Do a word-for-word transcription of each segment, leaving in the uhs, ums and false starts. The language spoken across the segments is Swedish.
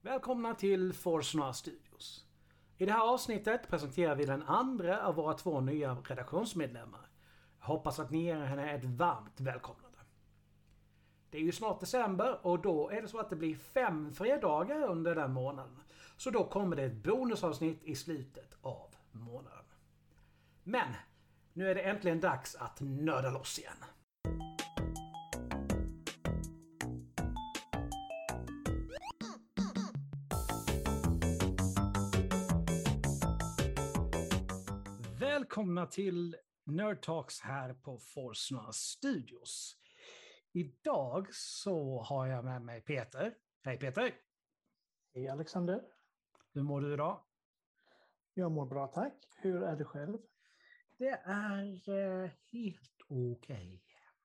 Välkomna till Forsnoa Studios. I det här avsnittet presenterar vi den andra av våra två nya redaktionsmedlemmar. Jag hoppas att ni ger henne ett varmt välkomnande. Det är ju snart december och då är det så att det blir fem fredagar under den månaden. Så då kommer det ett bonusavsnitt i slutet av månaden. Men nu är det äntligen dags att nörda loss igen. Välkomna till Nerd Talks här på Forsnoa Studios. Idag så har jag med mig Peter. Hej Peter! Hej Alexander! Hur mår du idag? Jag mår bra tack. Hur är det själv? Det är eh, helt okej. Okay.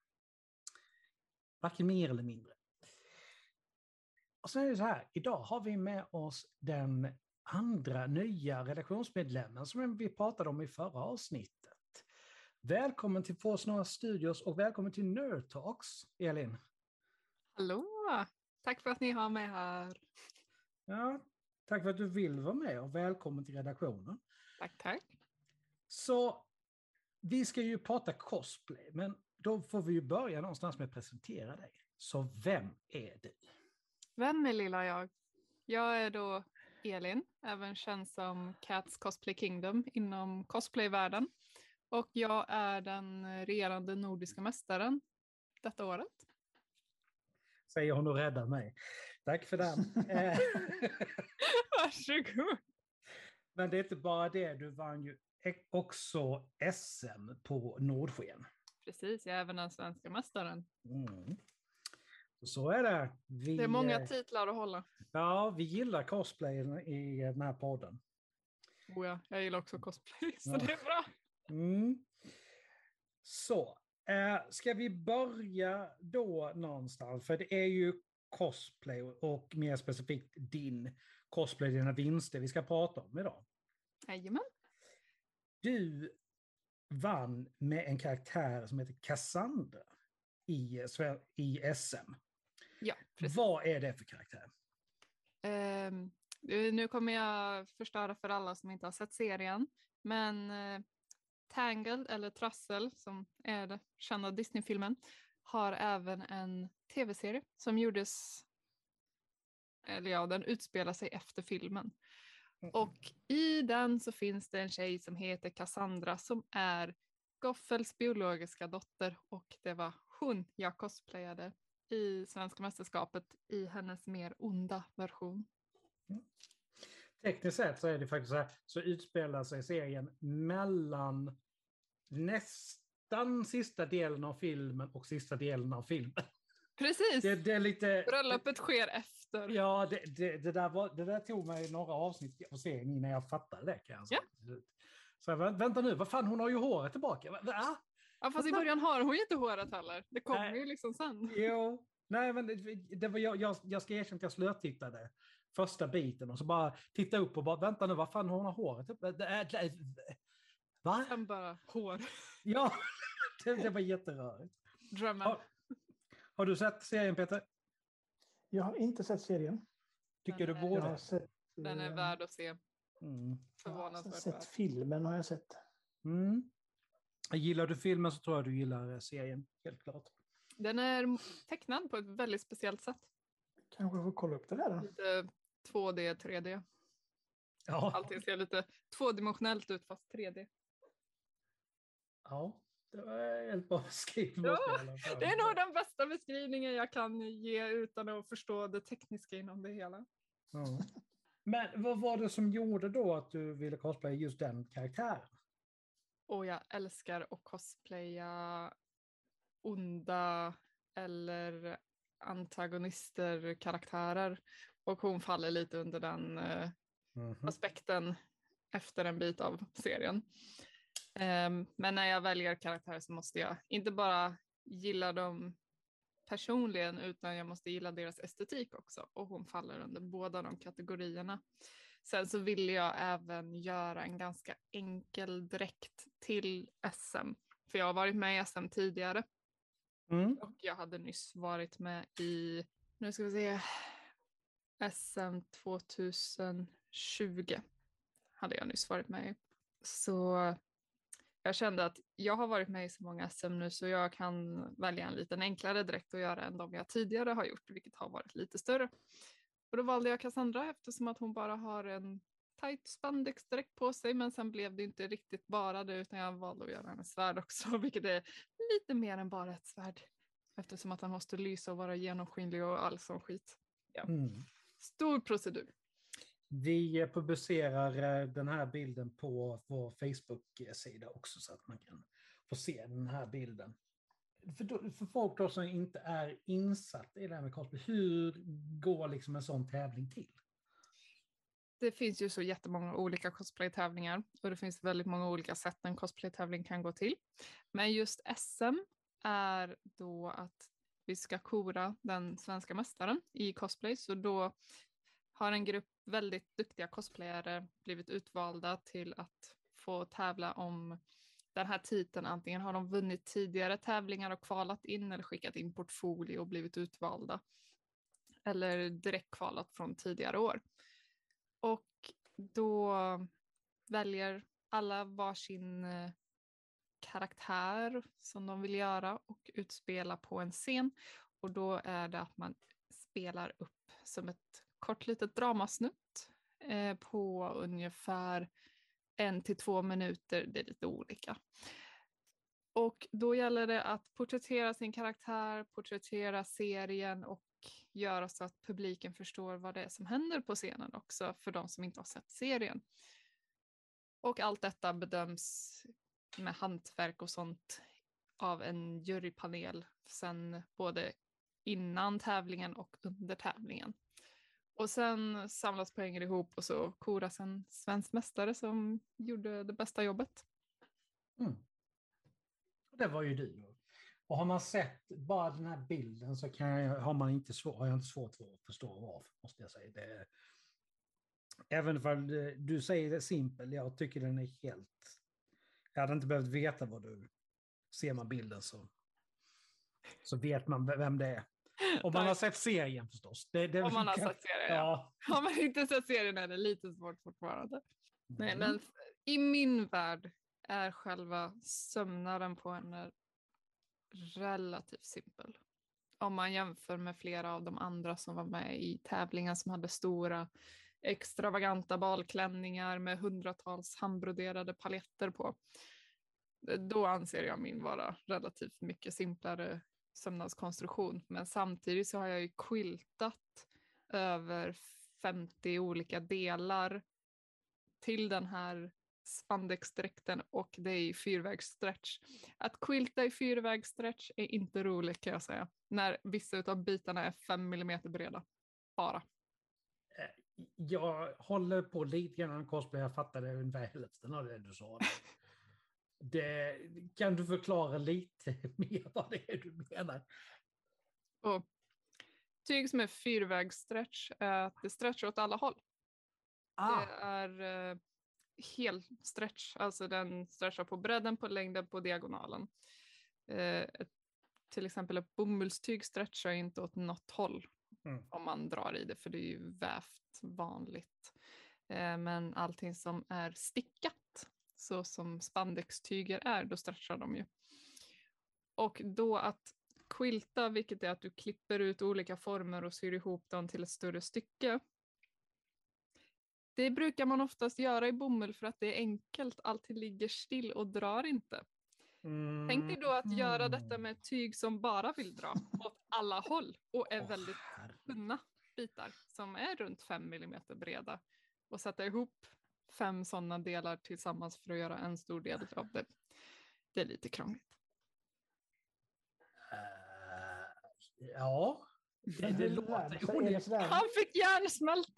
Varken mer eller mindre. Och sen är det så här, idag har vi med oss den andra nya redaktionsmedlemmen som vi pratade om i förra avsnittet. Välkommen till Forsnoa Studios och välkommen till Nerd Talks, Elin. Hallå! Tack för att ni har mig här. Ja, tack för att du vill vara med och välkommen till redaktionen. Tack, tack. Så vi ska ju prata cosplay, men då får vi ju börja någonstans med att presentera dig. Så vem är du? Vem är lilla jag? Jag är då Elin, även känd som Cats Cosplay Kingdom inom cosplayvärlden. Och jag är den regerande nordiska mästaren detta året. Säger hon och räddar mig. Tack för den. Varsågod. Men det är inte bara det, du vann ju också S M på Nordsken. Precis, jag är även den svenska mästaren. Mm. Så är det. Vi, det är många titlar att hålla. Ja, vi gillar cosplayen i den här podden. Oh ja, jag gillar också cosplay, så ja. Det är bra. Mm. Så, äh, ska vi börja då någonstans? För det är ju cosplay och mer specifikt din cosplay, dina vinster vi ska prata om idag. Jajamän. Du vann med en karaktär som heter Cassandra i, i S M. Ja, precis. Vad är det för karaktär? Um, nu kommer jag förstöra för alla som inte har sett serien. Men uh, Tangled, eller Trassel, som är den kända Disney-filmen, har även en tv-serie som gjordes, eller ja, den utspelar sig efter filmen. Mm. Och i den så finns det en tjej som heter Cassandra som är Goffels biologiska dotter, och det var hon jag cosplayade i Svenska mästerskapet i hennes mer onda version. Mm. Tekniskt sett så är det faktiskt så här, så utspelar sig serien mellan nästan sista delen av filmen och sista delen av filmen. Precis, det, det är lite, bröllopet sker efter. Ja, det, det, det, där var, det där tog mig några avsnitt av serien innan jag fattade det. Kan jag säga. Ja. Så jag, vänta nu, vad fan, hon har ju håret tillbaka. Va? Va? Ja, fast i början har hon ju inte håret heller. Det kommer Nej. ju liksom sen. Jo, nej men det, det var, jag, jag, jag ska erkänna att jag slötittade första biten och så bara titta upp och bara, vänta nu, vad fan, hon har håret? Va? Sen bara hår. Ja, det, det var jätterörigt. Drömmen. Har, har du sett serien, Peter? Jag har inte sett serien. Tycker den du är, borde? Jag har sett, den är värd att se. Mm. Jag har Förvånansvärt sett värd. filmen har jag sett. Mm. Gillar du filmen så tror jag du gillar serien, helt klart. Den är tecknad på ett väldigt speciellt sätt. Kanske får kolla upp det där då. Lite två D, tre D. Ja. Allting ser lite tvådimensionellt ut fast tre D. Ja, det var helt bra beskrivet. Ja, det är nog den bästa beskrivningen jag kan ge utan att förstå det tekniska inom det hela. Ja. Men vad var det som gjorde då att du ville cosplaya just den karaktären? Och jag älskar att cosplaya onda eller antagonister, karaktärer. Och hon faller lite under den eh, mm-hmm. aspekten efter en bit av serien. Um, men när jag väljer karaktärer så måste jag inte bara gilla dem personligen, utan jag måste gilla deras estetik också. Och hon faller under båda de kategorierna. Sen så ville jag även göra en ganska enkel dräkt till S M. För jag har varit med i S M tidigare. Mm. Och jag hade nyss varit med i, nu ska vi se, S M tjugohundratjugo hade jag nyss varit med i. Så jag kände att jag har varit med i så många S M nu så jag kan välja en liten enklare dräkt att göra än de jag tidigare har gjort, vilket har varit lite större. Och då valde jag Cassandra eftersom att hon bara har en tight spandexdräkt på sig, men sen blev det inte riktigt bara det utan jag valde att göra hennes svärd också, vilket är lite mer än bara ett svärd. Eftersom att han måste lysa och vara genomskinlig och all sån skit. Ja. Mm. Stor procedur. Vi publicerar den här bilden på vår Facebook-sida också så att man kan få se den här bilden. För, då, för folk då som inte är insatt i det här med cosplay, hur går liksom en sån tävling till? Det finns ju så jättemånga olika cosplay-tävlingar och det finns väldigt många olika sätt en cosplay-tävling kan gå till. Men just S M är då att vi ska kora den svenska mästaren i cosplay, så då har en grupp väldigt duktiga cosplayare blivit utvalda till att få tävla om den här titeln. Antingen har de vunnit tidigare tävlingar och kvalat in eller skickat in portfolio och blivit utvalda. Eller direkt kvalat från tidigare år. Och då väljer alla varsin karaktär som de vill göra och utspela på en scen. Och då är det att man spelar upp som ett kort litet dramasnutt eh, på ungefär en till två minuter, det är lite olika. Och då gäller det att porträttera sin karaktär, porträttera serien och göra så att publiken förstår vad det är som händer på scenen också för de som inte har sett serien. Och allt detta bedöms med hantverk och sånt av en jurypanel sen både innan tävlingen och under tävlingen. Och sen samlas poänger ihop och så koras en svensk mästare som gjorde det bästa jobbet. Mm. Det var ju du. Och har man sett bara den här bilden så kan jag, har, man inte svår, har jag inte svårt för att förstå varför, måste jag säga. Det, även om du säger det simpel, jag tycker den är helt... Jag hade inte behövt veta vad du... Ser man bilden så, så vet man vem det är. Om man har sett serien förstås. Det, det, Om man har sett serien, ja. ja. Har man inte sett serien är det lite svårt fortfarande. Mm. Nej, men i min värld är själva sömnaden på en relativt simpel. Om man jämför med flera av de andra som var med i tävlingen som hade stora extravaganta balklänningar med hundratals handbroderade paletter på. Då anser jag min vara relativt mycket simplare sömnadskonstruktion. Men samtidigt så har jag ju quiltat över femtio olika delar till den här spandexdräkten och det är i fyrvägsstretch. Att quilta i fyrvägsstretch är inte roligt kan jag säga. När vissa av bitarna är fem millimeter breda. Bara. Jag håller på lite grann med cosplay. Jag fattade ungefär hälften av det du sa. Det, kan du förklara lite mer vad det är du menar? Och tyg som är fyrvägsstretch är att det stretchar åt alla håll. Ah. Det är eh, hel stretch, alltså den stretchar på bredden, på längden, på diagonalen. Eh, ett, till exempel ett bomullstyg stretchar inte åt något håll mm. om man drar i det, för det är ju vävt vanligt. Eh, men allting som är stickat, så som spandextyger är, då stretchar de ju. Och då att quilta, vilket är att du klipper ut olika former och syr ihop dem till ett större stycke. Det brukar man oftast göra i bomull för att det är enkelt, allting ligger still och drar inte. Mm. Tänk dig då att mm. göra detta med tyg som bara vill dra åt alla håll och är oh, väldigt tunna bitar som är runt fem millimeter breda och sätta ihop fem sådana delar tillsammans för att göra en stor del av det. Det är lite krångligt. Uh, ja, det, det låter... Han fick hjärnsmälta.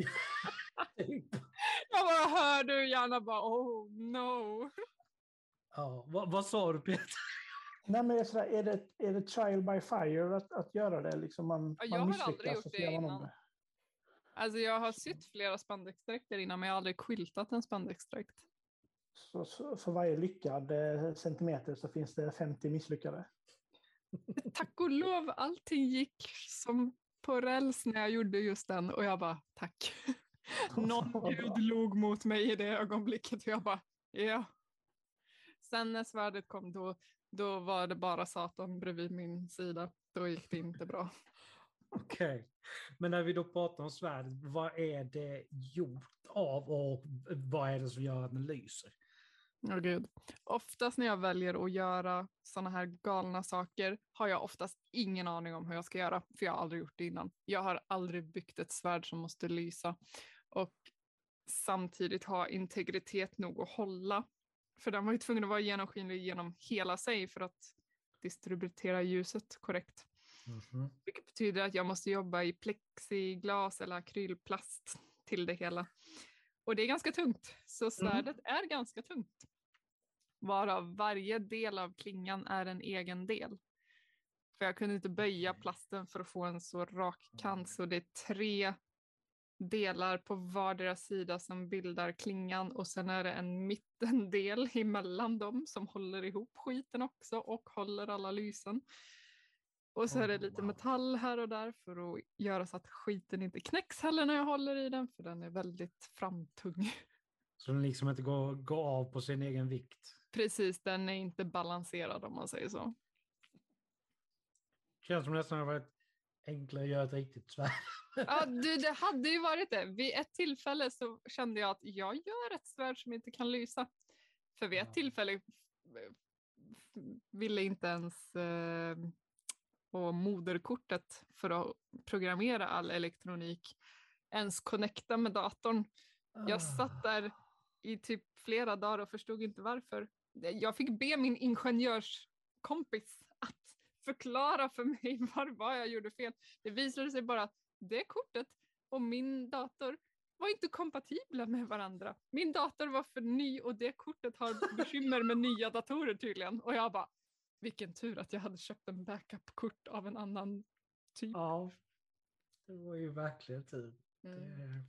Jag bara hör du gärna bara, oh no. Ja, vad, vad sa du Peter? Nej, men är, är, det, är det trial by fire att, att göra det? Liksom man, ja, jag man har aldrig gjort det innan. Det. Alltså jag har sytt flera spandexdräkter innan, men jag har aldrig quiltat en spandexdräkt. Så, så för varje lyckad eh, centimeter så finns det femtio misslyckade? Tack och lov, allting gick som på räls när jag gjorde just den och jag bara, tack. Någon gud log mot mig i det ögonblicket och jag bara, ja. Sen när svärdet kom då, då var det bara Satan bredvid min sida. Då gick det inte bra. Okej, okay. Men när vi då pratar om svärdet, vad är det gjort av och vad är det som gör att den lyser? Åh gud. Oftast när jag väljer att göra sådana här galna saker har jag oftast ingen aning om hur jag ska göra, för jag har aldrig gjort det innan. Jag har aldrig byggt ett svärd som måste lysa och samtidigt ha integritet nog att hålla. För den var ju tvungen att vara genomskinlig genom hela sig för att distributera ljuset korrekt. Mm-hmm. Vilket betyder att jag måste jobba i plexiglas eller akrylplast till det hela. Och det är ganska tungt. Så svärdet mm. är ganska tungt. Varav varje del av klingan är en egen del. För jag kunde inte böja plasten för att få en så rak kant. Så det är tre delar på vardera sida som bildar klingan. Och sen är det en mittendel emellan dem som håller ihop skiten också. Och håller alla lysen. Och så är det lite metall här och där för att göra så att skiten inte knäcks heller när jag håller i den. För den är väldigt framtung. Så den liksom inte går, går av på sin egen vikt? Precis, den är inte balanserad om man säger så. Känns som nästan har varit enklare att göra ett riktigt svärd. Ja, du, det hade ju varit det. Vid ett tillfälle så kände jag att jag gör ett svärd som inte kan lysa. För vid ett tillfälle ville inte ens... Eh, och moderkortet för att programmera all elektronik ens connecta med datorn. Jag satt där i typ flera dagar och förstod inte varför. Jag fick be min ingenjörskompis att förklara för mig var, vad jag gjorde fel. Det visade sig bara att det kortet och min dator var inte kompatibla med varandra. Min dator var för ny och det kortet har bekymmer med nya datorer tydligen. Och jag bara, vilken tur att jag hade köpt en backup-kort av en annan typ. Ja, det var ju verkligen tur. Mm. Det...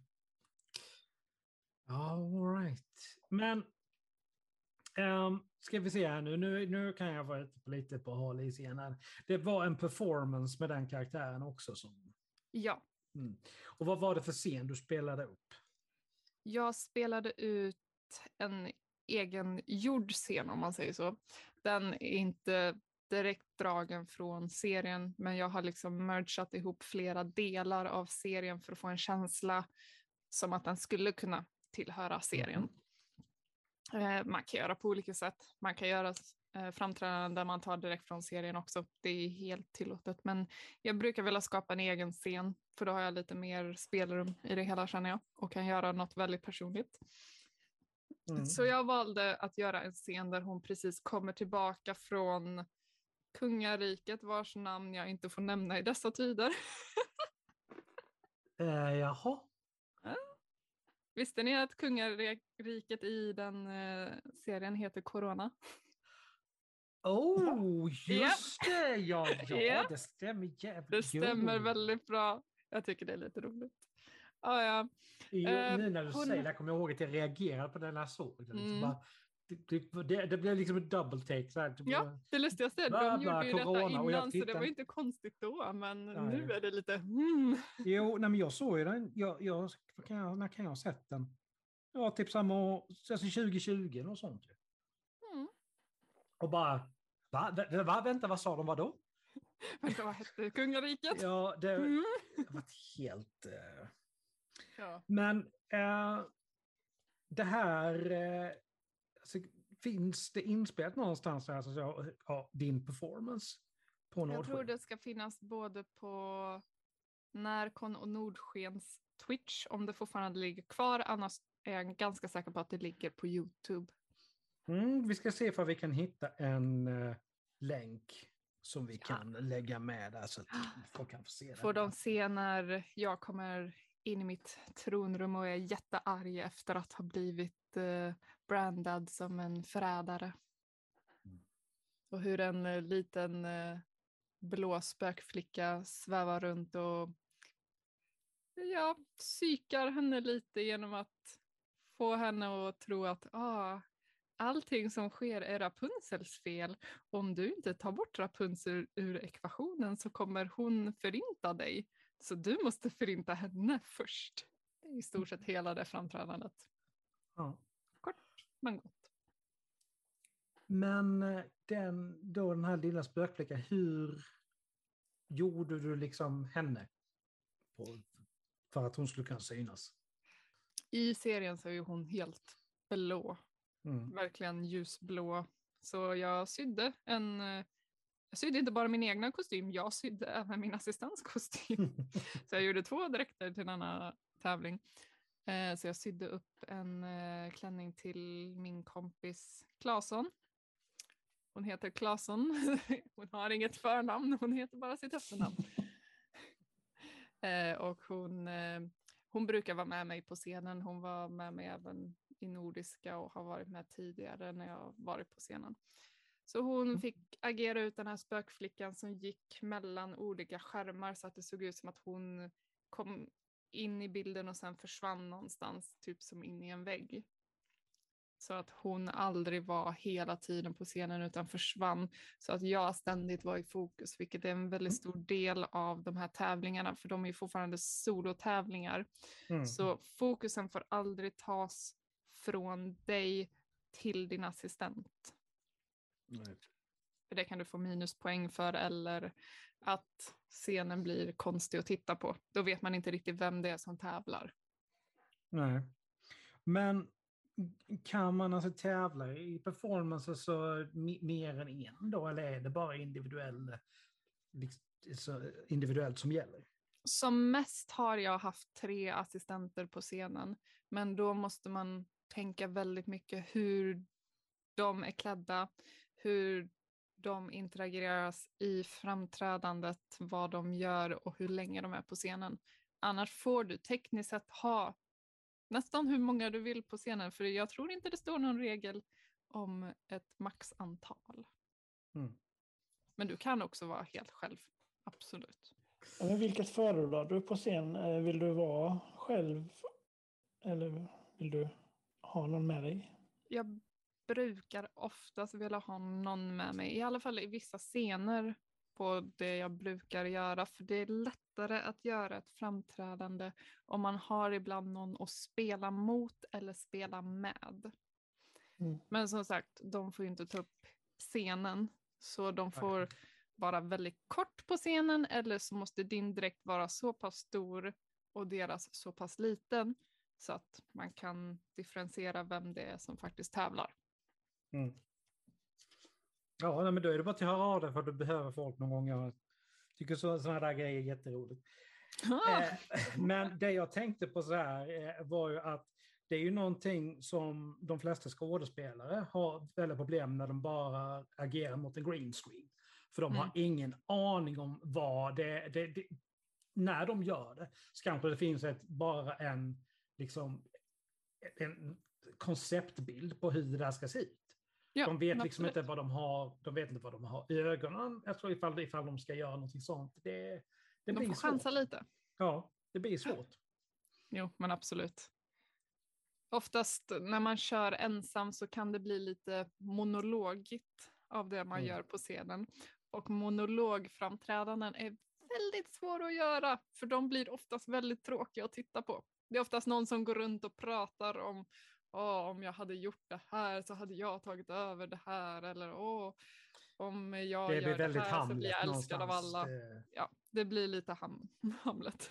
All right. Men um, ska vi se här nu. nu. Nu kan jag vara lite på hal i scenen. Det var en performance med den karaktären också. Som... Ja. Mm. Och vad var det för scen du spelade upp? Jag spelade ut en egen gjord scen om man säger så. Den är inte direkt dragen från serien, men jag har liksom mergat ihop flera delar av serien för att få en känsla som att den skulle kunna tillhöra serien. Mm. Eh, man kan göra på olika sätt. Man kan göra eh, framträdanden där man tar direkt från serien också. Det är helt tillåtet, men jag brukar vilja skapa en egen scen, för då har jag lite mer spelrum i det hela känner jag, och kan göra något väldigt personligt. Mm. Så jag valde att göra en scen där hon precis kommer tillbaka från kungariket, vars namn jag inte får nämna i dessa tider. uh, jaha. Ja. Visste ni att kungariket i den uh, serien heter Corona? Oh, just yeah. det! Ja, ja yeah. det stämmer jävligt. Det stämmer jo. väldigt bra. Jag tycker det är lite roligt. Ah, ja. Jo, uh, nu när du hon... säger det kommer jag ihåg att jag reagerade på den här såg. Den. Mm. Bara, det, det, det blev liksom en double take. Så här, typ, ja, det lustigaste är att de gjorde ju detta innan så det var inte konstigt då. Men ja, nu ja. är det lite... Mm. Jo, nej, men jag såg ju den. Jag, jag, kan jag, när kan jag ha sett den? Ja, typ samma alltså tjugo tjugo och sånt. Mm. Och bara... Va, va, va, vänta, vad sa de? Vad då? Vänta, vad hette kungariket? Ja, det mm. har varit helt... Uh... Ja. Men uh, det här... Uh, alltså, finns det inspelat någonstans här, alltså, ja, ja, din performance på Nordsken? Jag tror det ska finnas både på Närkon och Nordskens Twitch om det fortfarande ligger kvar. Annars är jag ganska säker på att det ligger på YouTube. Mm, vi ska se om vi kan hitta en uh, länk som vi ja. kan lägga med där så att folk kan få se det. Får de se när jag kommer in i mitt tronrum och är jättearg efter att ha blivit uh, brandad som en förrädare. Mm. Och hur en uh, liten uh, blå spökflicka svävar runt och ja, psykar henne lite genom att få henne att tro att ah, allting som sker är Rapunzels fel. Om du inte tar bort Rapunzel ur ekvationen så kommer hon förinta dig. Så du måste förinta henne först. Det är i stort sett hela det framträdandet. Ja. Kort men gott. Men den, då den här lilla spökflickan, hur gjorde du liksom henne på, för att hon skulle kunna synas? I serien så är ju hon helt blå. Mm. Verkligen ljusblå. Så jag sydde en... Jag sydde inte bara min egna kostym, jag sydde även min assistents kostym. Så jag gjorde två dräkter till denna tävling. Eh, så jag sydde upp en eh, klänning till min kompis Claesson. Hon heter Claesson. Hon har inget förnamn, hon heter bara sitt efternamn. eh, och hon, eh, hon brukar vara med mig på scenen. Hon var med mig även i Nordiska och har varit med tidigare när jag varit på scenen. Så hon fick agera ut den här spökflickan som gick mellan olika skärmar så att det såg ut som att hon kom in i bilden och sen försvann någonstans, typ som in i en vägg. Så att hon aldrig var hela tiden på scenen utan försvann. Så att jag ständigt var i fokus, vilket är en väldigt stor del av de här tävlingarna. För de är ju fortfarande solotävlingar. Mm. Så fokusen får aldrig tas från dig till din assistent. Nej. För det kan du få minuspoäng för, eller att scenen blir konstig att titta på. Då vet man inte riktigt vem det är som tävlar. Nej. Men kan man alltså tävla i performance så mer än en då, eller är det bara individuell, så individuellt som gäller? Som mest har jag haft tre assistenter på scenen, men då måste man tänka väldigt mycket hur de är klädda, hur de interageras i framträdandet, vad de gör och hur länge de är på scenen. Annars får du tekniskt sett ha nästan hur många du vill på scenen, för jag tror inte det står någon regel om ett maxantal. Mm. Men du kan också vara helt själv, absolut. Men vilket föredrar du på scen? Vill du vara själv eller vill du ha någon med dig? Jag brukar oftast vilja ha någon med mig, i alla fall i vissa scener på det jag brukar göra, för det är lättare att göra ett framträdande om man har ibland någon att spela mot eller spela med. Mm. Men som sagt, de får ju inte ta upp scenen, så de får vara väldigt kort på scenen, eller så måste din dräkt vara så pass stor och deras så pass liten så att man kan differentiera vem det är som faktiskt tävlar. Mm. Ja, nej, men då är det bara till att höra av dig för att du behöver folk någon gång. Jag tycker så, sådana där grejer är jätteroligt. Ah! Eh, men det jag tänkte på så här eh, var ju att det är ju någonting som de flesta skådespelare har väldigt problem när de bara agerar mot en green screen. För de har Mm. ingen aning om vad det, det, det när de gör det så kanske det finns ett, bara en, liksom, en konceptbild på hur det där ska se ut. Ja, de vet liksom absolut. inte vad de har, de vet inte vad de har i ögonen. Jag tror ifall, ifall de ska göra någonting sånt. Det, det De blir får svårt. chansa lite. Ja, det blir svårt. Jo, men absolut. Oftast när man kör ensam så kan det bli lite monologigt av det man Mm. gör på scenen. Och monologframträdanden är väldigt svåra att göra, för de blir oftast väldigt tråkiga att titta på. Det är oftast någon som går runt och pratar om åh, om jag hade gjort det här så hade jag tagit över det här, eller åh, om jag Det blir gör det väldigt här så blir jag Hamlet älskad av någonstans. alla. Det... Ja, det blir lite ham- Hamlet.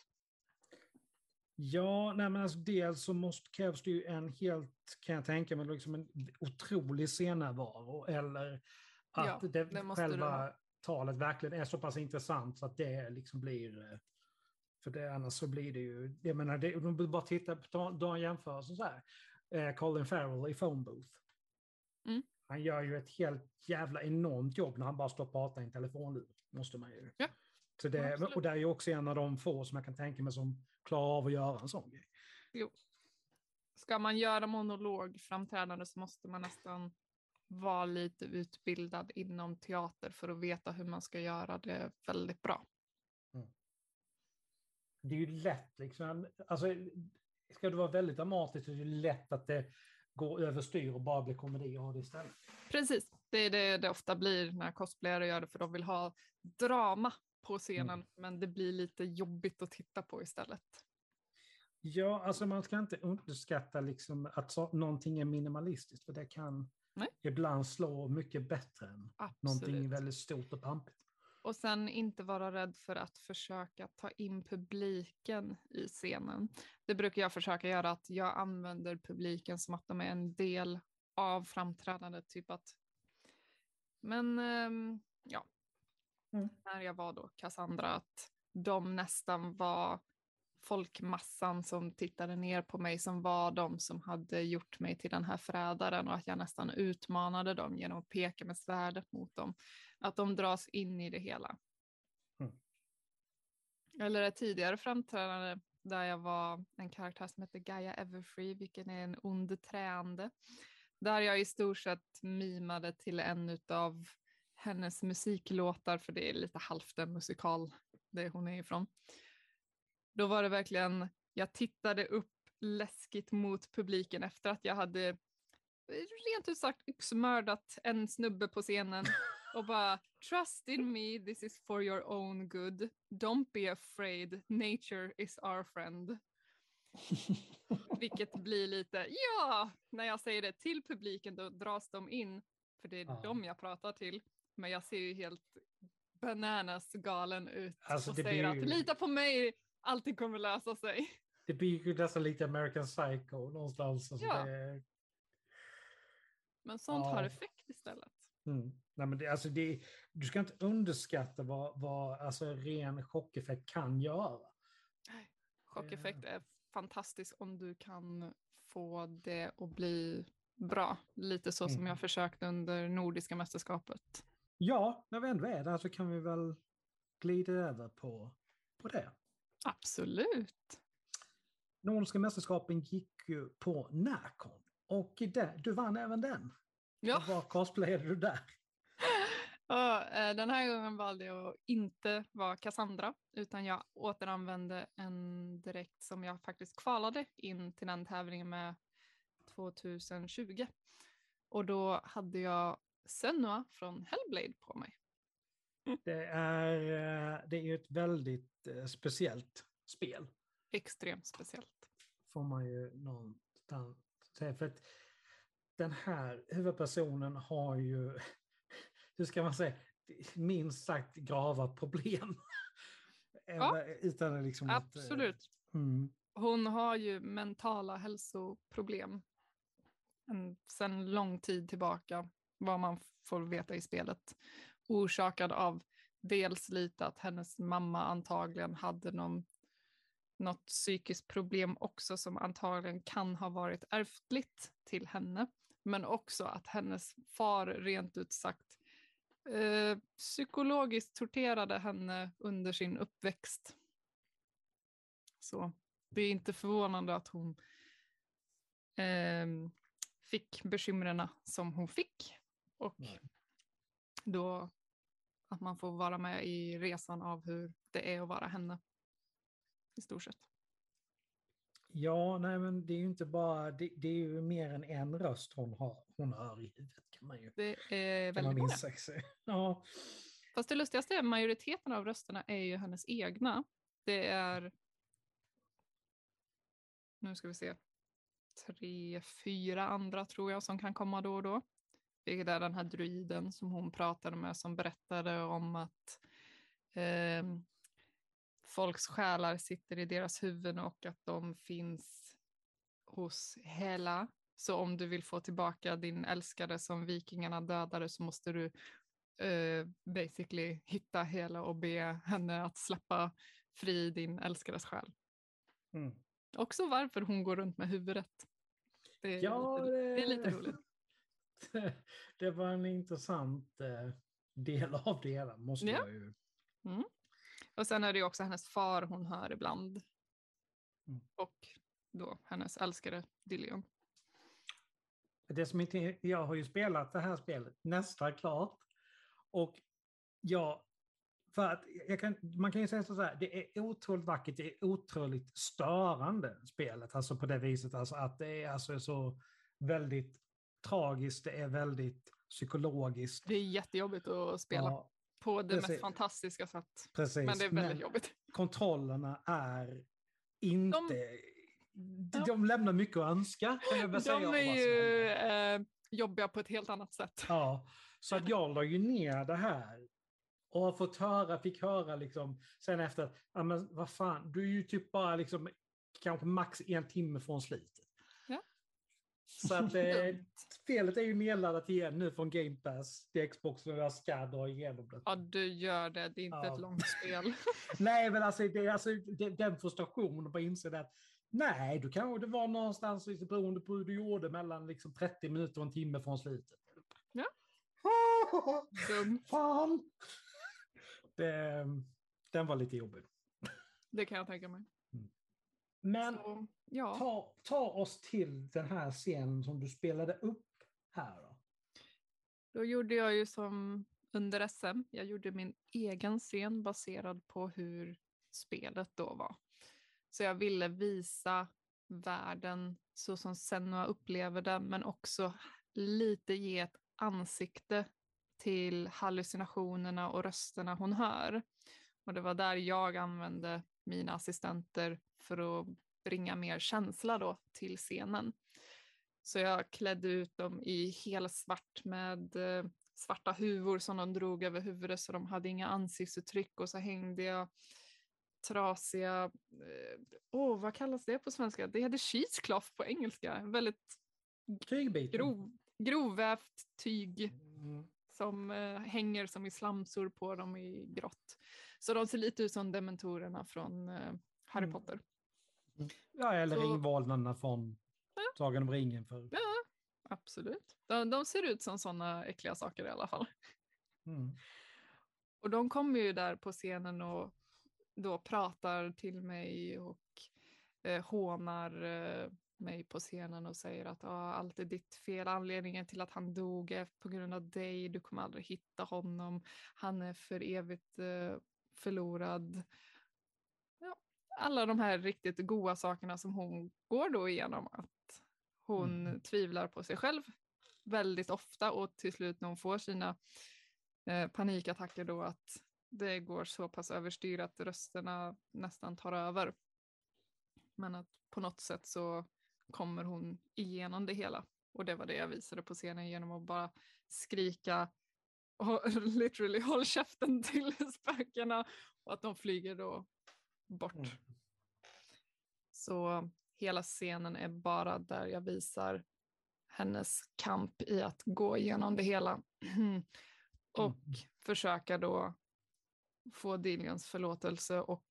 Ja, nej men alltså dels så måste, krävs det ju en helt, kan jag tänka mig, liksom en otrolig scennärvaro, eller att Ja, det, det måste du själva ha. talet verkligen är så pass intressant så att det liksom blir, för det annars så blir det ju, jag menar, det, om du bara tittar på, ta, ta en jämförelse så här, eh, Colin Farrell i Phone Booth. Mm. Han gör ju ett helt jävla enormt jobb när han bara står och pratar i en telefonlur, måste man ju. Ja. Så det, Absolut. och det är ju också en av de få som jag kan tänka mig som klarar av att göra en sån grej. Jo. Ska man göra monologframträdande så måste man nästan vara lite utbildad inom teater för att veta hur man ska göra det väldigt bra. Mm. Det är ju lätt liksom, alltså ska det vara väldigt dramatiskt så är det lätt att det går överstyr och bara blir komedi av det istället. Precis, det är det det ofta blir när cosplayare gör det, för de vill ha drama på scenen, mm. men det blir lite jobbigt att titta på istället. Ja, alltså man ska inte underskatta liksom att så, någonting är minimalistiskt, för det kan Nej. ibland slå mycket bättre än Absolut. någonting väldigt stort och pampigt. Och sen inte vara rädd för att försöka ta in publiken i scenen. Det brukar jag försöka göra, att jag använder publiken som att de är en del av framträdandet. Typ att, men ähm, ja, mm. när jag var då Cassandra, att de nästan var folkmassan som tittade ner på mig, som var de som hade gjort mig till den här förrädaren, och att jag nästan utmanade dem genom att peka med svärdet mot dem. Att de dras in i det hela. Mm. Eller ett tidigare framträdande där jag var en karaktär som heter Gaia Everfree, vilken är en ond träande. Där jag i stort sett mimade till en av hennes musiklåtar, för det är lite halvt en musikal det hon är ifrån. Då var det verkligen, jag tittade upp läskigt mot publiken efter att jag hade rent ut sagt yxmördat en snubbe på scenen och bara, trust in me, this is for your own good. Don't be afraid, nature is our friend. Vilket blir lite, ja, när jag säger det till publiken då dras de in, för det är ja. dem jag pratar till. Men jag ser ju helt bananas galen ut alltså, och säger ju... att lita på mig, allting kommer lösa sig. Det blir ju nästan lite American Psycho någonstans. Alltså ja. det... Men sånt ja. har effekt istället. Mm. Nej, men det, alltså det, du ska inte underskatta vad, vad alltså, ren chockeffekt kan göra. Chockeffekt är fantastiskt om du kan få det att bli bra. Lite så mm. som jag försökte under Nordiska mästerskapet. Ja, när vi ändå är där så kan vi väl glida över på, på det. Absolut. Nordiska mästerskapen gick ju på Närcon. Och det, du vann även den. Ja. Vad cosplayade du där? Ja, den här gången valde jag att inte vara Cassandra, utan jag återanvände en direkt som jag faktiskt kvalade in till den tävlingen med tjugohundratjugo. Och då hade jag Senua från Hellblade på mig. Det är, det är ju ett väldigt speciellt spel. Extremt speciellt. Får man ju någonstans säga. För att den här huvudpersonen har ju, hur ska man säga, minst sagt grava problem. Ja, utan liksom absolut. Att, mm. Hon har ju mentala hälsoproblem sedan lång tid tillbaka, vad man får veta i spelet. Orsakad av dels lite att hennes mamma antagligen hade någon, något psykiskt problem också, som antagligen kan ha varit ärftligt till henne. Men också att hennes far rent ut sagt eh, psykologiskt torterade henne under sin uppväxt. Så det är inte förvånande att hon eh, fick bekymrena som hon fick. Och Nej. då att man får vara med i resan av hur det är att vara henne. I stort sett. Ja, nej men det är ju inte bara, det, det är ju mer än en röst hon har, hon hör i huvudet kan man ju. Det är väldigt många. Ja. Fast det lustigaste är att majoriteten av rösterna är ju hennes egna. Det är, nu ska vi se, tre, fyra andra tror jag som kan komma då och då. Det är den här druiden som hon pratade med som berättade om att eh, folks själar sitter i deras huvuden och att de finns hos Hela. Så om du vill få tillbaka din älskade som vikingarna dödade så måste du uh, basically hitta Hela och be henne att släppa fri din älskades själ. Mm. Också varför hon går runt med huvudet. Det är, ja, lite, det... det är lite roligt. Det var en intressant eh, del av det hela, måste ja. jag ju... Mm. Och sen är det ju också hennes far hon hör ibland. Mm. Och då hennes älskade Dillion. Det som inte, jag har ju spelat det här spelet nästan klart. Och jag, för att jag kan, man kan ju säga så här, det är otroligt vackert, det är otroligt störande spelet. Alltså på det viset, alltså att det är alltså så väldigt tragiskt, det är väldigt psykologiskt. Det är jättejobbigt att spela. Ja, på det Precis. mest fantastiska sätt. Precis. Men det är väldigt Men jobbigt. kontrollerna är inte... De, Ja. de lämnar mycket att önska. Kan jag väl De säga om är vad som ju händer. eh, jobbiga på ett helt annat sätt. Ja, så att jag la ju ner det här. Och har fått höra, fick höra liksom sen efter, ja men vad fan, du är ju typ bara liksom kanske max en timme från slutet. Ja. Så att eh, spelet är ju nedladdat igen nu från Game Pass till Xbox och jag ska dra igenom det. Ja, du gör det. Det är inte Ja. ett långt spel. Nej, men alltså, det, alltså det, den frustrationen att bara inse att nej, du kan, det var någonstans liksom, beroende på hur du gjorde mellan liksom, trettio minuter och en timme från slutet. Ja. Dumt. Fan! Det, den var lite jobbig. Det kan jag tänka mig. Men Så, ja. ta, ta oss till den här scenen som du spelade upp här då. Då gjorde jag ju som under S M. Jag gjorde min egen scen baserad på hur spelet då var. Så jag ville visa världen så som Senua upplever det, men också lite ge ett ansikte till hallucinationerna och rösterna hon hör. Och det var där jag använde mina assistenter för att bringa mer känsla då till scenen. Så jag klädde ut dem i helsvart med eh, svarta huvor som de drog över huvudet så de hade inga ansiktsuttryck, och så hängde jag trasiga, eh, oh, vad kallas det på svenska? Det heter cheesecloth på engelska. Väldigt grov, grovvävt tyg mm. som eh, hänger som i slamsor på dem i grått. Så de ser lite ut som dementorerna från eh, Harry mm. Potter. Ja, eller så, ringvalnarna från ja. Sagan om ringen. För... Ja, absolut. De, de ser ut som sådana äckliga saker i alla fall. Mm. Och de kommer ju där på scenen och då pratar till mig och eh, hånar eh, mig på scenen och säger att ah, allt är ditt fel. Anledningen till att han dog är på grund av dig. Du kommer aldrig hitta honom. Han är för evigt eh, förlorad. Ja, alla de här riktigt goda sakerna som hon går då igenom. Att hon mm. tvivlar på sig själv väldigt ofta, och till slut när hon får sina eh, panikattacker då att det går så pass överstyr att rösterna nästan tar över. Men att på något sätt så kommer hon igenom det hela. Och det var det jag visade på scenen genom att bara skrika och literally håll käften till spökena och att de flyger då bort. Mm. Så hela scenen är bara där jag visar hennes kamp i att gå igenom det hela. och mm. försöka då få Dillions förlåtelse och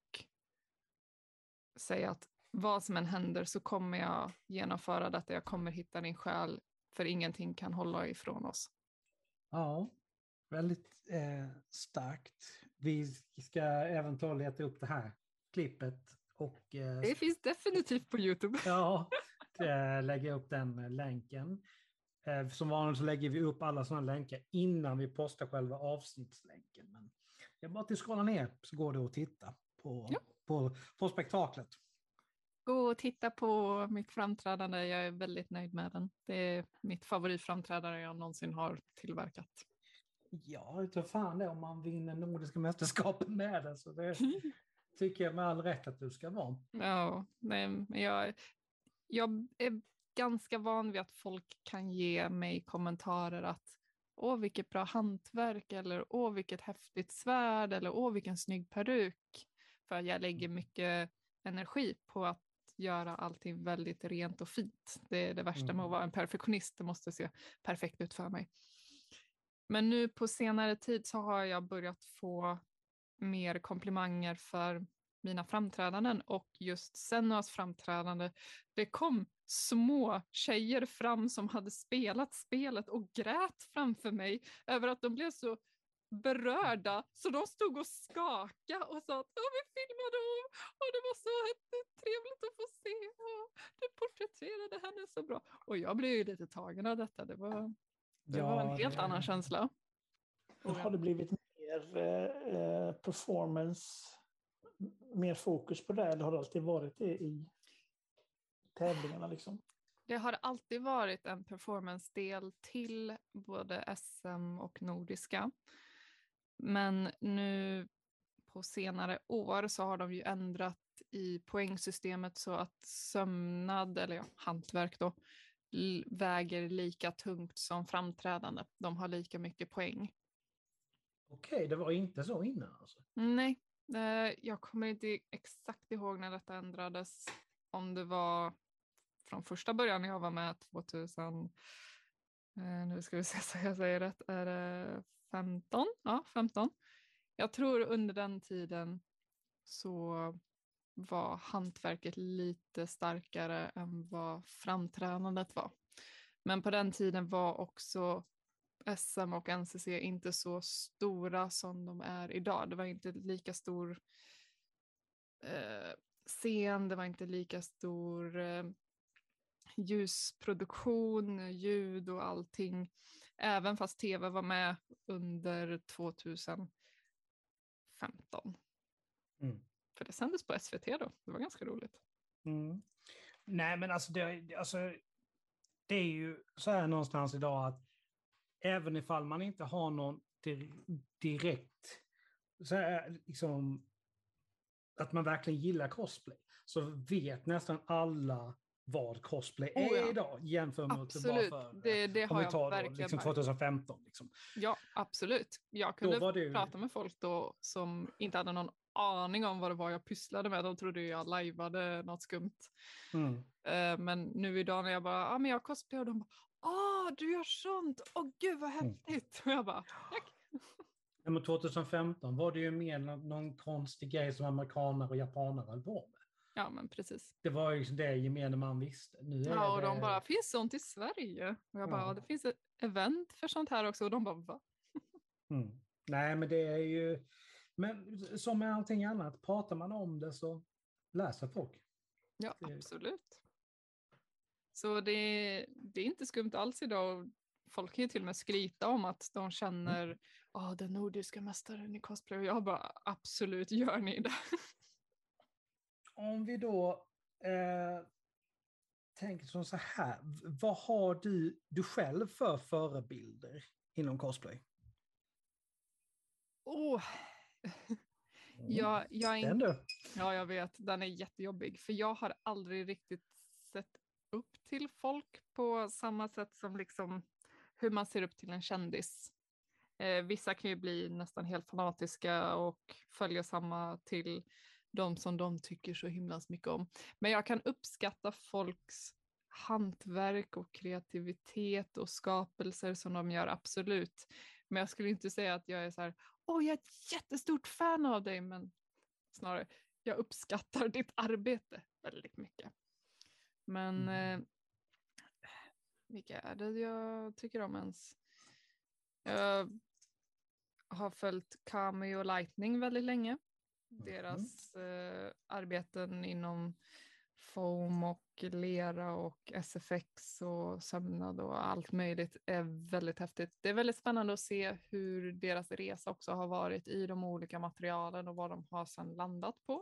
säga att vad som än händer så kommer jag genomföra detta. Jag kommer hitta din själ, för ingenting kan hålla ifrån oss. Ja, väldigt eh, starkt. Vi ska eventuellt leta upp det här klippet. Och, eh, det finns definitivt på YouTube. Ja, lägga upp den länken. Eh, som vanligt så lägger vi upp alla sådana länkar innan vi postar själva avsnittslänken. Men jag bara till scrolla ner så går det att titta på, ja. på, på spektaklet. Gå och titta på mitt framträdande. Jag är väldigt nöjd med den. Det är mitt favoritframträdande jag någonsin har tillverkat. Ja, utav fan det om man vinner Nordiska mästerskapen med det. Så det tycker jag med all rätt att du ska vara. Ja, nej, jag, jag är ganska van vid att folk kan ge mig kommentarer att åh vilket bra hantverk, eller åh vilket häftigt svärd, eller åh vilken snygg peruk. För jag lägger mycket energi på att göra allting väldigt rent och fint. Det är det värsta mm. med att vara en perfektionist. Det måste se perfekt ut för mig. Men nu på senare tid så har jag börjat få mer komplimanger för mina framträdanden, och just Senuas framträdande. Det kom små tjejer fram som hade spelat spelet och grät framför mig över att de blev så berörda, så de stod och skakade och sa att vi filmade och, och det var så trevligt att få se, och du porträtterade henne så bra. Och jag blev ju lite tagen av detta. Det var, det ja, var en helt det... annan känsla. Och har det blivit mer eh, performance, mer fokus på det, eller har det alltid varit det i tävlingarna liksom? Det har alltid varit en performance-del till både S M och Nordiska. Men nu på senare år så har de ju ändrat i poängsystemet så att sömnad, eller ja, hantverk då, l- väger lika tungt som framträdande. De har lika mycket poäng. Okej, det var inte så innan alltså. Nej, eh, jag kommer inte exakt ihåg när detta ändrades. Om det var från första början när jag var med tvåtusen, eh, nu ska vi se så jag säger rätt, är det femton? Ja, femton. Jag tror under den tiden så var hantverket lite starkare än vad framträdandet var. Men på den tiden var också S M och N C C inte så stora som de är idag. Det var inte lika stor eh, scen, det var inte lika stor eh, ljusproduktion, ljud och allting. Även fast tv var med under tjugohundrafemton. Mm. För det sändes på S V T då. Det var ganska roligt. Mm. Nej, men alltså det, alltså det är ju så här någonstans idag att även ifall man inte har någon dir- direkt så här, liksom, att man verkligen gillar cosplay, så vet nästan alla vad cosplay Oh, är ja. idag jämfört med Absolut, bara för, det, det om har vi jag tar då, verkligen liksom märkt. tjugohundrafemton. Liksom. Ja, absolut. Jag Då kunde var det ju- prata med folk då som inte hade någon aning om vad det var jag pysslade med. De trodde ju jag lajvade något skumt. Mm. Eh, men nu idag när jag bara, ja ah, men jag cosplay och de bara, ah du gör sånt, åh oh, gud vad häftigt. Och jag bara, tack. Ja, men tjugohundrafemton var det ju mer någon, någon konstig grej som amerikaner och japaner höll på med. Ja men precis. Det var ju det gemene man visste. Nu är Ja och det... de bara, finns sånt i Sverige? Och jag bara, Ja. ja. Det finns ett event för sånt här också. Och de bara, va? Mm. Nej, men det är ju... Men som med allting annat, pratar man om det så läser folk. Ja, Det- absolut. Så det, det är inte skumt alls idag. Folk kan ju till och med skryta om att de känner oh, den nordiska mästaren i cosplay. Och jag bara, absolut, gör ni det? Om vi då eh, tänker som så här, v- vad har du, du själv för förebilder inom cosplay? Oh. Mm. Jag, jag är inte... Ändå. Ja, jag vet. Den är jättejobbig. För jag har aldrig riktigt sett upp till folk på samma sätt som liksom hur man ser upp till en kändis. Eh, vissa kan ju bli nästan helt fanatiska och följa samma till de som de tycker så himla mycket om. Men jag kan uppskatta folks hantverk och kreativitet och skapelser som de gör, absolut. Men jag skulle inte säga att jag är så här, åh, jag är ett jättestort fan av dig, men snarare, jag uppskattar ditt arbete väldigt mycket. Men Mm. eh, vilka är det jag tycker om ens? Jag har följt Kami och Lightning väldigt länge. Deras eh, arbeten inom foam och lera och S F X och sömnad och allt möjligt är väldigt häftigt. Det är väldigt spännande att se hur deras resa också har varit i de olika materialen och vad de har sedan landat på.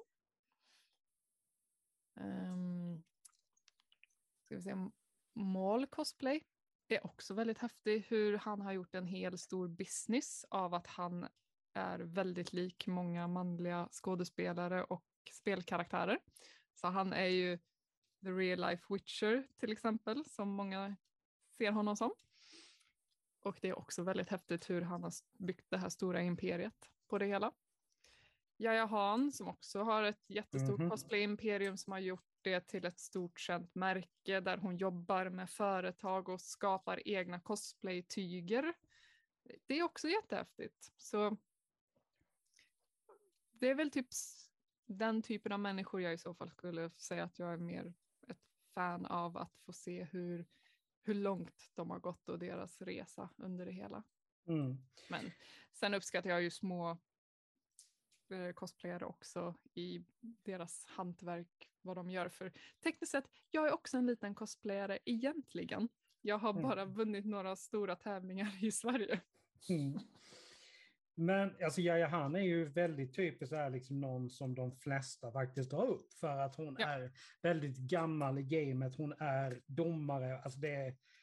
Um, ska vi se, Mål Cosplay är också väldigt häftig, hur han har gjort en hel stor business av att han är väldigt lik många manliga skådespelare och spelkaraktärer. Så han är ju the real life Witcher till exempel, som många ser honom som. Och det är också väldigt häftigt hur han har byggt det här stora imperiet på det hela. Jaja Han som också har ett jättestort Mhm. cosplay-imperium som har gjort det till ett stort känt märke där hon jobbar med företag och skapar egna cosplay-tyger. Det är också jättehäftigt. Så det är väl typ den typen av människor jag i så fall skulle säga att jag är mer ett fan av, att få se hur, hur långt de har gått och deras resa under det hela. Mm. Men sen uppskattar jag ju små eh, cosplayare också i deras hantverk, vad de gör. För tekniskt sett, jag är också en liten cosplayare egentligen. Jag har Mm. bara vunnit några stora tävlingar i Sverige. Mm. Men alltså Jaja Han är ju väldigt typiskt så här, liksom någon som de flesta faktiskt drar upp för att hon Ja. är väldigt gammal i gamet. Hon är domare. Alltså det är,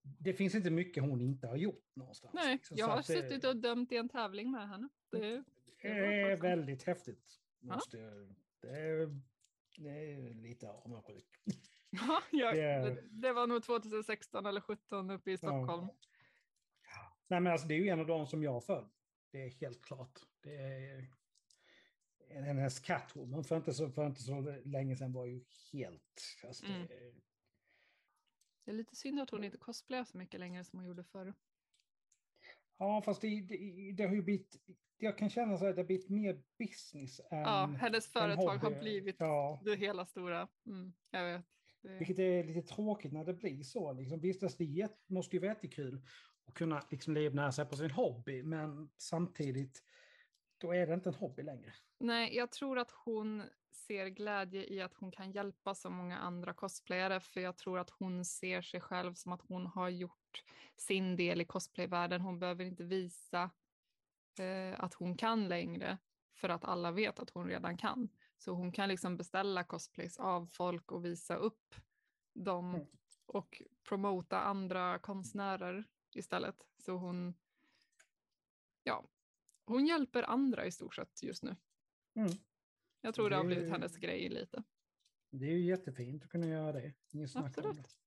det finns inte mycket hon inte har gjort någonstans. Nej, liksom. jag Så har att det- suttit och dömt i en tävling med henne. Det, Det det var är ett tag sedan. väldigt häftigt. Måste jag, det, är, det är lite avundsjuk. Ja, jag, det är- det, det var nog tjugohundrasexton eller sjutton uppe i Stockholm. Nej, men alltså, det är ju en av de som jag föll. Det är helt klart. Det är, hennes Catwoman för inte så, för inte så länge sedan var ju helt... Alltså, Mm. det, Det är lite synd att hon inte cosplayar så mycket längre som hon gjorde förr. ja, fast det, det, det har ju blivit... Jag kan känna så att det har blivit mer business än Ja, hennes än företag har hobby. blivit Ja, det hela stora. Mm, jag vet. Det, vilket är lite tråkigt när det blir så. Liksom. Visst, alltså, det är jätte- måste ju vara jättekul att kunna liksom livnära sig på sin hobby, men samtidigt, då är det inte en hobby längre. nej, jag tror att hon ser glädje i att hon kan hjälpa så många andra cosplayare, för jag tror att hon ser sig själv som att hon har gjort sin del i cosplayvärlden. Hon behöver inte visa eh, att hon kan längre, för att alla vet att hon redan kan. Så hon kan liksom beställa cosplays av folk och visa upp dem Mm. och promota andra konstnärer istället. Så hon, ja, hon hjälper andra i stort sett just nu. Mm. Jag tror det har Det- blivit hennes grej lite. Det är ju jättefint att kunna göra det. Inget snack om Absolut. det.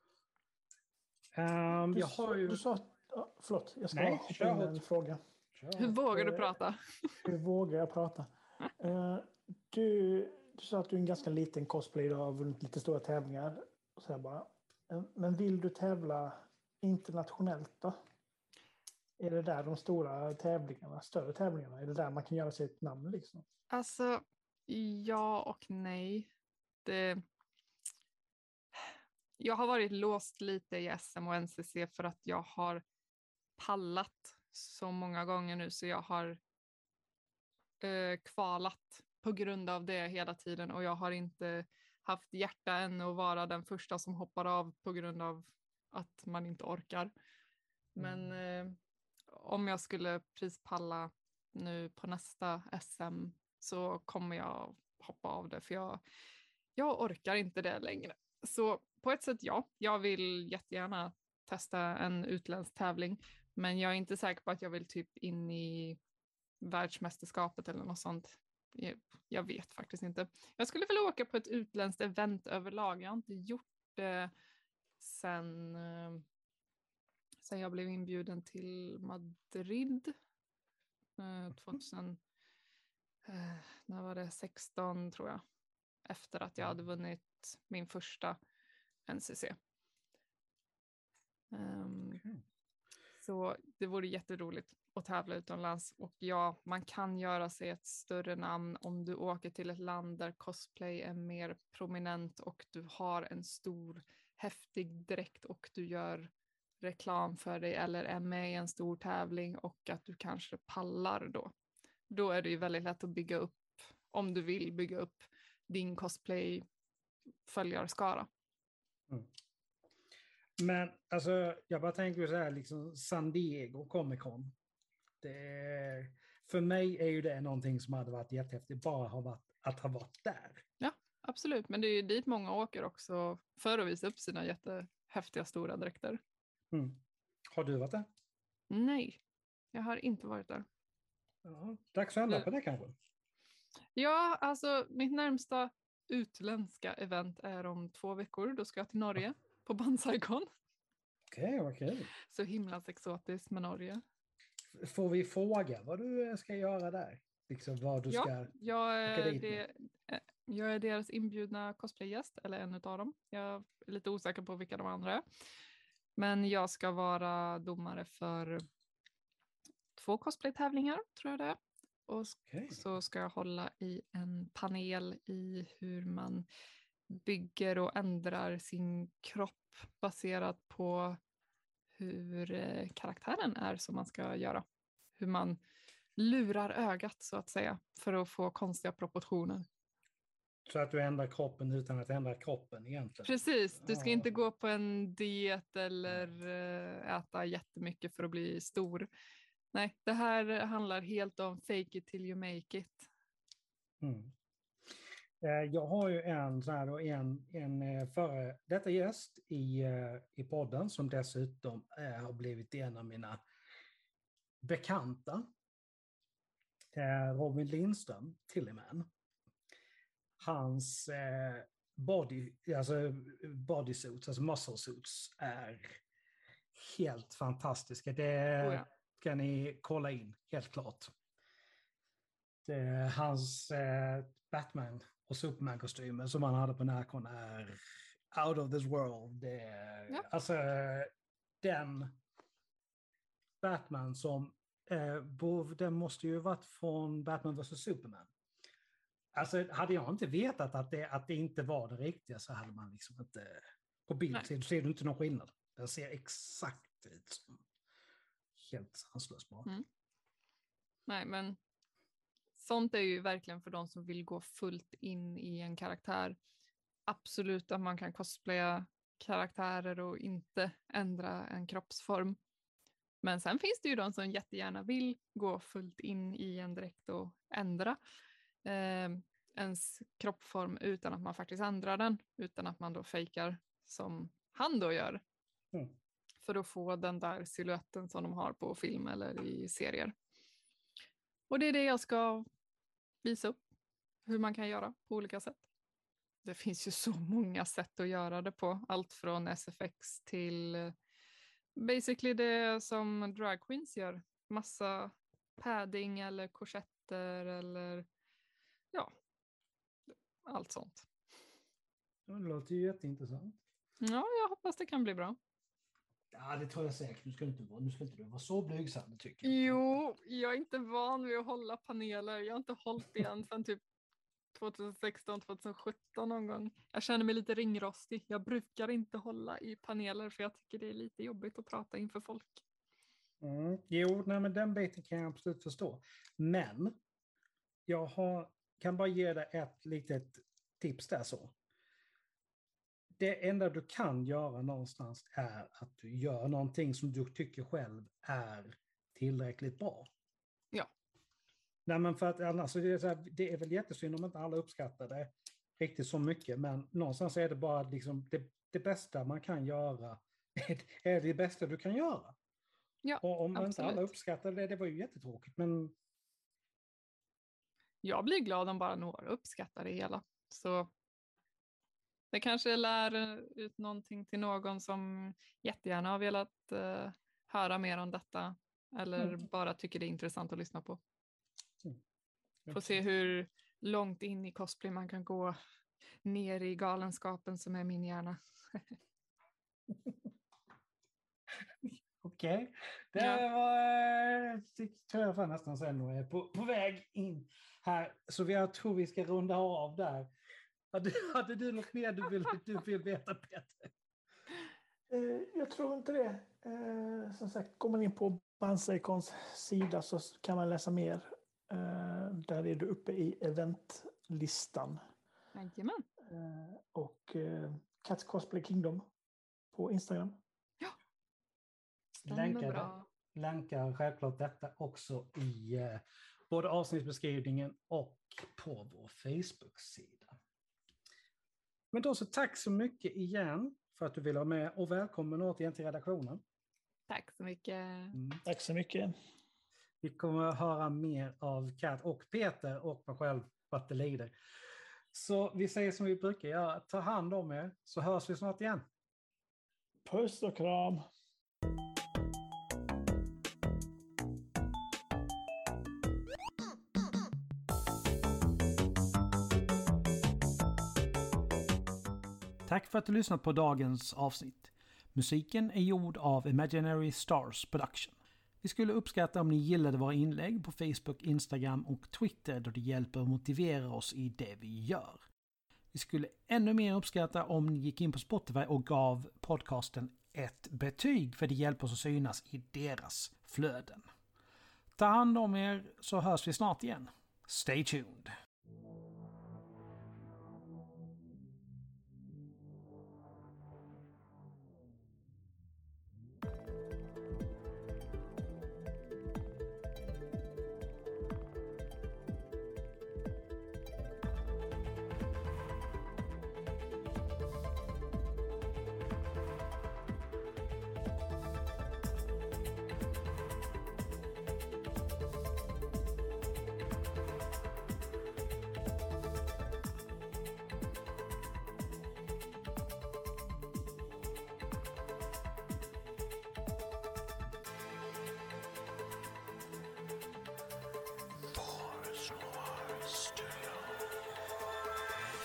Ehm, Du, jag har ju... du sa... Ja, förlåt, jag ska Nej, hoppa kör in med en hårt. fråga. Hur vågar du Eh, prata? Hur vågar jag prata? Eh, du, du sa att du är en ganska liten cosplayer och har vunnit lite stora tävlingar. Och så här bara. Eh, Men vill du tävla internationellt då? Är det där de stora tävlingarna, större tävlingarna, är det där man kan göra sig ett namn liksom? Alltså, ja och nej. Det... Jag har varit låst lite i S M och N C C för att jag har pallat så många gånger nu, så jag har eh, kvalat på grund av det hela tiden, och jag har inte haft hjärta än att vara den första som hoppar av på grund av att man inte orkar. Men eh, om jag skulle prispalla nu på nästa S M så kommer jag hoppa av det, för jag, jag orkar inte det längre. Så på ett sätt ja, jag vill jättegärna testa en utländsk tävling, men jag är inte säker på att jag vill typ in i världsmästerskapet eller något sånt. Jag, jag vet faktiskt inte. Jag skulle vilja åka på ett utländskt event överlag. Jag har inte gjort det sen, eh, sen jag blev inbjuden till Madrid eh, tjugohundra, eh, när var det, sexton tror jag. Efter att jag hade vunnit min första N C C. Um, Okej. Så det vore jätteroligt att tävla utomlands. Och ja, man kan göra sig ett större namn om du åker till ett land där cosplay är mer prominent och du har en stor häftig dräkt och du gör reklam för dig eller är med i en stor tävling och att du kanske pallar då. Då är det ju väldigt lätt att bygga upp, om du vill bygga upp din cosplay följarskara. Mm. Men alltså, jag bara tänker så här, liksom San Diego Comic Con. Det är, för mig är ju det någonting som hade varit jättehäftigt, bara ha varit, att ha varit där. Ja, absolut. Men det är ju dit många åker också för att visa upp sina jättehäftiga stora dräkter. Mm. Har du varit där? Nej, jag har inte varit där. Ja, dags att ändra på det kanske. Ja, alltså mitt närmsta utländska event är om två veckor. Då ska jag till Norge på Bansaikon. Okej, vad kul. Så himla exotiskt med Norge. Får vi fråga vad du ska göra där? Liksom vad du Ja, ska jag åka är, dit det, med? eh, jag är deras inbjudna cosplaygäst, eller en av dem. Jag är lite osäker på vilka de andra är. Men jag ska vara domare för två cosplaytävlingar, tror jag det är. Och Okej. så ska jag hålla i en panel i hur man bygger och ändrar sin kropp baserat på hur eh, karaktären är som man ska göra. Hur man lurar ögat så att säga för att få konstiga proportioner. Så att du ändrar kroppen utan att ändra kroppen egentligen. Precis, du ska Ja. inte gå på en diet eller eh, äta jättemycket för att bli stor. Nej, det här handlar helt om fake it till you make it. Mm. Jag har ju en, så här, en, en före detta gäst i, i podden som dessutom har blivit en av mina bekanta. Robin Lindström, Tillyman. Hans eh, body, alltså bodysuits, alltså muscle suits är helt fantastiska. Det Oh ja. ska ni kolla in, helt klart. Det, hans eh, Batman och Superman-kostymer som han hade på Närcon är out of this world. Det, Ja. Alltså den Batman som eh, den måste ju varit från Batman versus Superman. Alltså hade jag inte vetat att det, att det inte var det riktiga så hade man liksom inte på bild ser, ser du inte någon skillnad. Den ser exakt ut som helt sanslös bara. Mm. Nej, men sånt är ju verkligen för de som vill gå fullt in i en karaktär. Absolut att man kan cosplaya karaktärer och inte ändra en kroppsform. Men sen finns det ju de som jättegärna vill gå fullt in i en dräkt och ändra eh, ens kroppsform utan att man faktiskt ändrar den. Utan att man då fejkar som han då gör. Mm. För att få den där siluetten som de har på film eller i serier. Och det är det jag ska visa upp. Hur man kan göra på olika sätt. Det finns ju så många sätt att göra det på. Allt från S F X till basically det som drag queens gör. Massa padding eller korsetter eller ja, allt sånt. Det låter ju jätteintressant. Ja, jag hoppas det kan bli bra. Ja, det tror jag säkert. Nu ska inte vara, nu ska inte du vara så blygsam, det tycker jag. Jo, jag är inte van vid att hålla paneler. Jag har inte hållit igen sedan typ tjugohundrasexton tjugosjutton någon gång. Jag känner mig lite ringrostig. Jag brukar inte hålla i paneler för jag tycker det är lite jobbigt att prata inför folk. Mm. Jo, nej, men den biten kan jag absolut förstå. Men jag har, kan bara ge dig ett litet tips där så. Det enda du kan göra någonstans är att du gör någonting som du tycker själv är tillräckligt bra. Ja. Nej, men för att annars det är, så här, det är väl jättesynd om inte alla uppskattar det riktigt så mycket, men någonstans är det bara liksom det, det bästa man kan göra är det bästa du kan göra. Ja, och om absolut. Inte alla uppskattar det, det var ju jättetråkigt, men jag blir glad om bara några uppskattar det hela. Så det kanske lär ut någonting till någon som jättegärna har velat uh, höra mer om detta. Eller mm. bara tycker det är intressant att lyssna på. Mm. Får se hur långt in i cosplay man kan gå ner i galenskapen som är min hjärna. Okej, okay. Det ja. var, det tror jag fan nästan sen är på, på väg in här. Så jag tror vi ska runda av där. Hade, hade du något mer du vill, du vill veta, Peter? Eh, jag tror inte det. Eh, som sagt, går man in på Bansaikons sida så kan man läsa mer. Eh, där är du uppe i eventlistan. Jajamän. Eh, och eh, Cats Cosplay Kingdom på Instagram. Ja. Länkar, länkar självklart detta också i eh, både avsnittsbeskrivningen och på vår Facebook-sida. Men då så tack så mycket igen för att du vill vara med och välkommen återigen till redaktionen. Tack så mycket. Mm. Tack så mycket. Vi kommer att höra mer av Kat och Peter och mig själv vad det lider. Så vi säger som vi brukar göra, ta hand om er så hörs vi snart igen. Puss och kram. Tack för att du lyssnat på dagens avsnitt. Musiken är gjord av Imaginary Stars Production. Vi skulle uppskatta om ni gillade våra inlägg på Facebook, Instagram och Twitter då det hjälper att motivera oss i det vi gör. Vi skulle ännu mer uppskatta om ni gick in på Spotify och gav podcasten ett betyg för det hjälper oss att synas i deras flöden. Ta hand om er så hörs vi snart igen. Stay tuned!